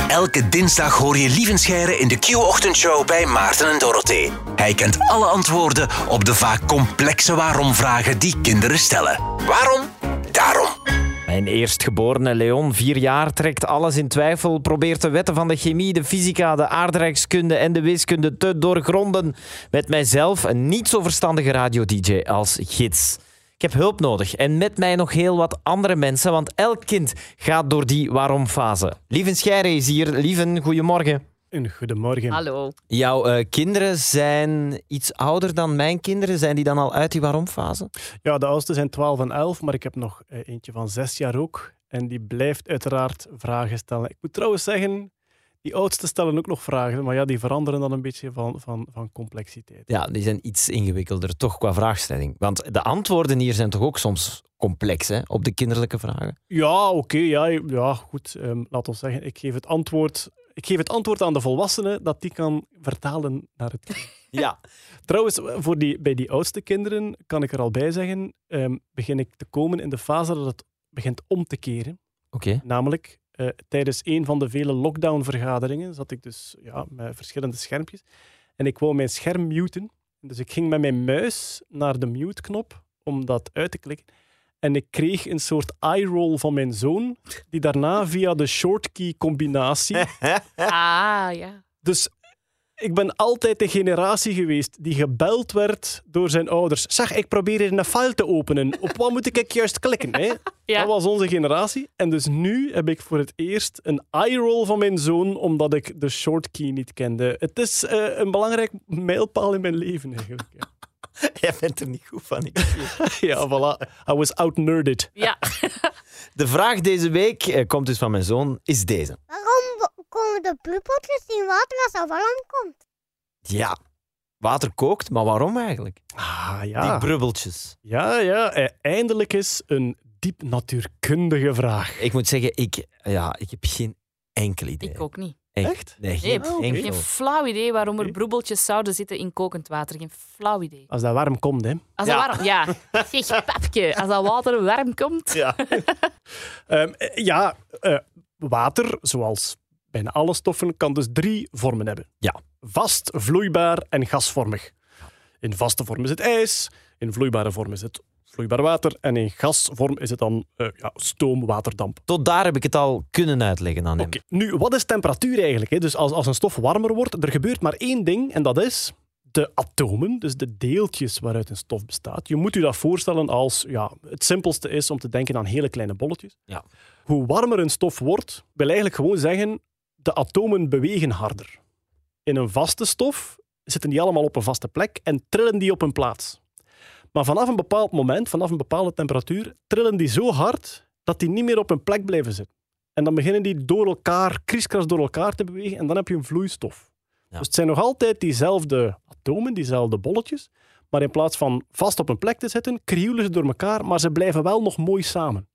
Elke dinsdag hoor je Lieven Scheire in de Q-ochtendshow bij Maarten en Dorothee. Hij kent alle antwoorden op de vaak complexe waarom-vragen die kinderen stellen. Waarom? Daarom. Mijn eerstgeborene Leon, 4 jaar, trekt alles in twijfel, probeert de wetten van de chemie, de fysica, de aardrijkskunde en de wiskunde te doorgronden met mijzelf, een niet zo verstandige radio-dj, als gids. Ik heb hulp nodig en met mij nog heel wat andere mensen, want elk kind gaat door die waarom-fase. Lieven Scheire is hier. Lieven, goedemorgen. Een goedemorgen. Hallo. Jouw kinderen zijn iets ouder dan mijn kinderen. Zijn die dan al uit die waarom-fase? Ja, de oudste zijn 12 en 11, maar ik heb nog eentje van 6 jaar ook. En die blijft uiteraard vragen stellen. Ik moet trouwens zeggen, die oudste stellen ook nog vragen, maar ja, die veranderen dan een beetje van complexiteit. Ja, die zijn iets ingewikkelder, toch qua vraagstelling. Want de antwoorden hier zijn toch ook soms complex, hè, op de kinderlijke vragen? Ja, oké, ja, goed. Laat ons zeggen, ik geef het antwoord aan de volwassene dat die kan vertalen naar het kind. Ja. Trouwens, bij die oudste kinderen kan ik er al bij zeggen, begin ik te komen in de fase dat het begint om te keren. Oké. Namelijk, tijdens een van de vele lockdown-vergaderingen zat ik dus met verschillende schermpjes en ik wou mijn scherm muten. Dus ik ging met mijn muis naar de mute-knop om dat uit te klikken. En ik kreeg een soort eye-roll van mijn zoon, die daarna via de shortkey-combinatie... Ja. Dus ik ben altijd de generatie geweest die gebeld werd door zijn ouders. Zeg, ik probeer hier een file te openen. Op wat moet ik juist klikken? Hè? Ja. Dat was onze generatie. En dus nu heb ik voor het eerst een eye-roll van mijn zoon, omdat ik de shortkey niet kende. Het is een belangrijk mijlpaal in mijn leven, eigenlijk. Ja. Jij bent er niet goed van. Ja, voilà. I was out-nerded. Ja. De vraag deze week, komt dus van mijn zoon, is deze. Waarom komen de bubbeltjes in water als er warm komt? Ja, water kookt, maar waarom eigenlijk? Ah, Die ja. brubbeltjes. Ja. Eindelijk is een diep natuurkundige vraag. Ik moet zeggen, ik heb geen enkel idee. Ik ook niet. Echt? Nee, Nee, geen oké. enkel. Geen flauw idee waarom er broebeltjes zouden zitten in kokend water. Geen flauw idee. Als dat warm komt, hè. Als Ja. dat warm... Ja. Zeg, papje, als dat water warm komt... Ja. Water, zoals bijna alle stoffen, kan dus 3 vormen hebben. Ja. Vast, vloeibaar en gasvormig. In vaste vorm is het ijs, in vloeibare vorm is het vloeibaar water en in gasvorm is het dan stoom, waterdamp. Tot daar heb ik het al kunnen uitleggen aan hem. Oké. Nu, wat is temperatuur eigenlijk? Hè? Dus als een stof warmer wordt, er gebeurt maar één ding en dat is de atomen, dus de deeltjes waaruit een stof bestaat. Je moet je dat voorstellen als, het simpelste is om te denken aan hele kleine bolletjes. Ja. Hoe warmer een stof wordt, wil eigenlijk gewoon zeggen, de atomen bewegen harder. In een vaste stof zitten die allemaal op een vaste plek en trillen die op hun plaats. Maar vanaf een bepaald moment, vanaf een bepaalde temperatuur, trillen die zo hard dat die niet meer op hun plek blijven zitten. En dan beginnen die kriskras door elkaar te bewegen en dan heb je een vloeistof. Ja. Dus het zijn nog altijd diezelfde atomen, diezelfde bolletjes, maar in plaats van vast op een plek te zitten, krioelen ze door elkaar, maar ze blijven wel nog mooi samen.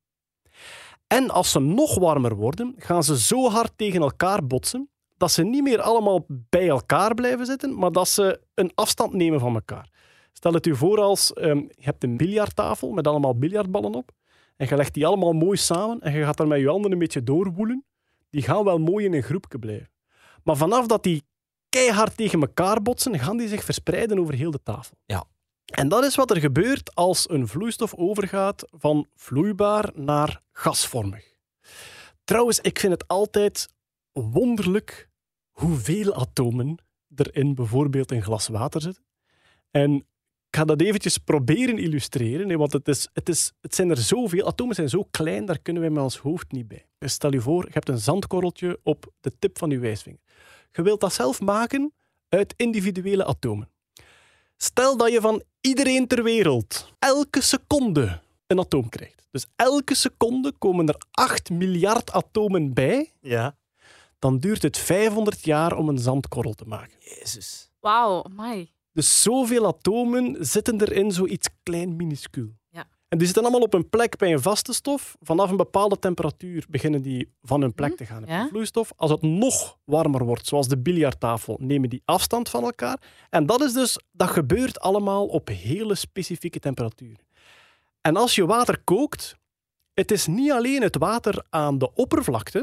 En als ze nog warmer worden, gaan ze zo hard tegen elkaar botsen dat ze niet meer allemaal bij elkaar blijven zitten, maar dat ze een afstand nemen van elkaar. Stel het u voor als je hebt een biljarttafel met allemaal biljartballen op en je legt die allemaal mooi samen en je gaat daar met je handen een beetje doorwoelen. Die gaan wel mooi in een groepje blijven. Maar vanaf dat die keihard tegen elkaar botsen, gaan die zich verspreiden over heel de tafel. Ja. En dat is wat er gebeurt als een vloeistof overgaat van vloeibaar naar gasvormig. Trouwens, ik vind het altijd wonderlijk hoeveel atomen er in bijvoorbeeld een glas water zitten. En ik ga dat eventjes proberen illustreren, want het zijn er zoveel. Atomen zijn zo klein, daar kunnen wij met ons hoofd niet bij. Dus stel je voor, je hebt een zandkorreltje op de tip van je wijsvinger. Je wilt dat zelf maken uit individuele atomen. Stel dat je van iedereen ter wereld elke seconde een atoom krijgt. Dus elke seconde komen er 8 miljard atomen bij. Ja. Dan duurt het 500 jaar om een zandkorrel te maken. Jezus. Wauw, amai. Dus zoveel atomen zitten er in zoiets klein minuscuul. Ja. En die zitten allemaal op een plek bij een vaste stof. Vanaf een bepaalde temperatuur beginnen die van hun plek te gaan op een vloeistof. Als het nog warmer wordt, zoals de biljarttafel, nemen die afstand van elkaar. En dat gebeurt allemaal op hele specifieke temperaturen. En als je water kookt, het is niet alleen het water aan de oppervlakte,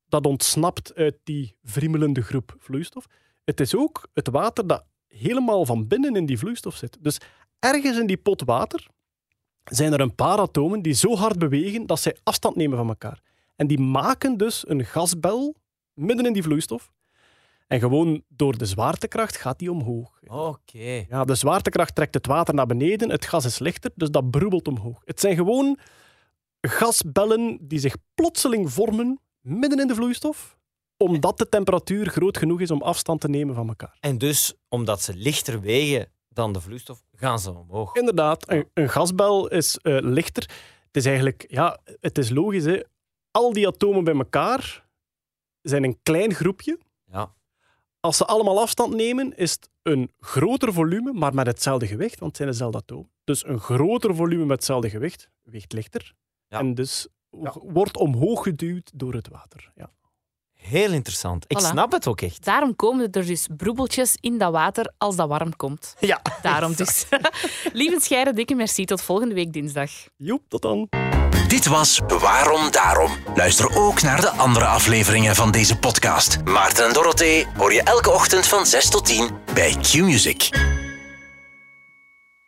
dat ontsnapt uit die wriemelende groep vloeistof. Het is ook het water dat helemaal van binnen in die vloeistof zit. Dus ergens in die pot water zijn er een paar atomen die zo hard bewegen dat zij afstand nemen van elkaar. En die maken dus een gasbel midden in die vloeistof. En gewoon door de zwaartekracht gaat die omhoog. Oké. Ja, de zwaartekracht trekt het water naar beneden, het gas is lichter, dus dat brubbelt omhoog. Het zijn gewoon gasbellen die zich plotseling vormen midden in de vloeistof, omdat de temperatuur groot genoeg is om afstand te nemen van elkaar. En dus, omdat ze lichter wegen dan de vloeistof, gaan ze omhoog. Inderdaad, een gasbel is lichter. Het is eigenlijk, ja, het is logisch, hè. Al die atomen bij elkaar zijn een klein groepje. Ja. Als ze allemaal afstand nemen, is het een groter volume, maar met hetzelfde gewicht, want het zijn dezelfde atomen. Dus een groter volume met hetzelfde gewicht weegt lichter. Ja. En dus wordt omhoog geduwd door het water. Ja. Heel interessant. Ik Voilà. snap het ook echt. Daarom komen er dus broebeltjes in dat water als dat warm komt. Ja. Daarom dus. Lieve Scheire, dikke merci. Tot volgende week dinsdag. Joep, tot dan. Dit was Waarom Daarom. Luister ook naar de andere afleveringen van deze podcast. Maarten en Dorothee hoor je elke ochtend van 6 tot 10 bij Q-Music.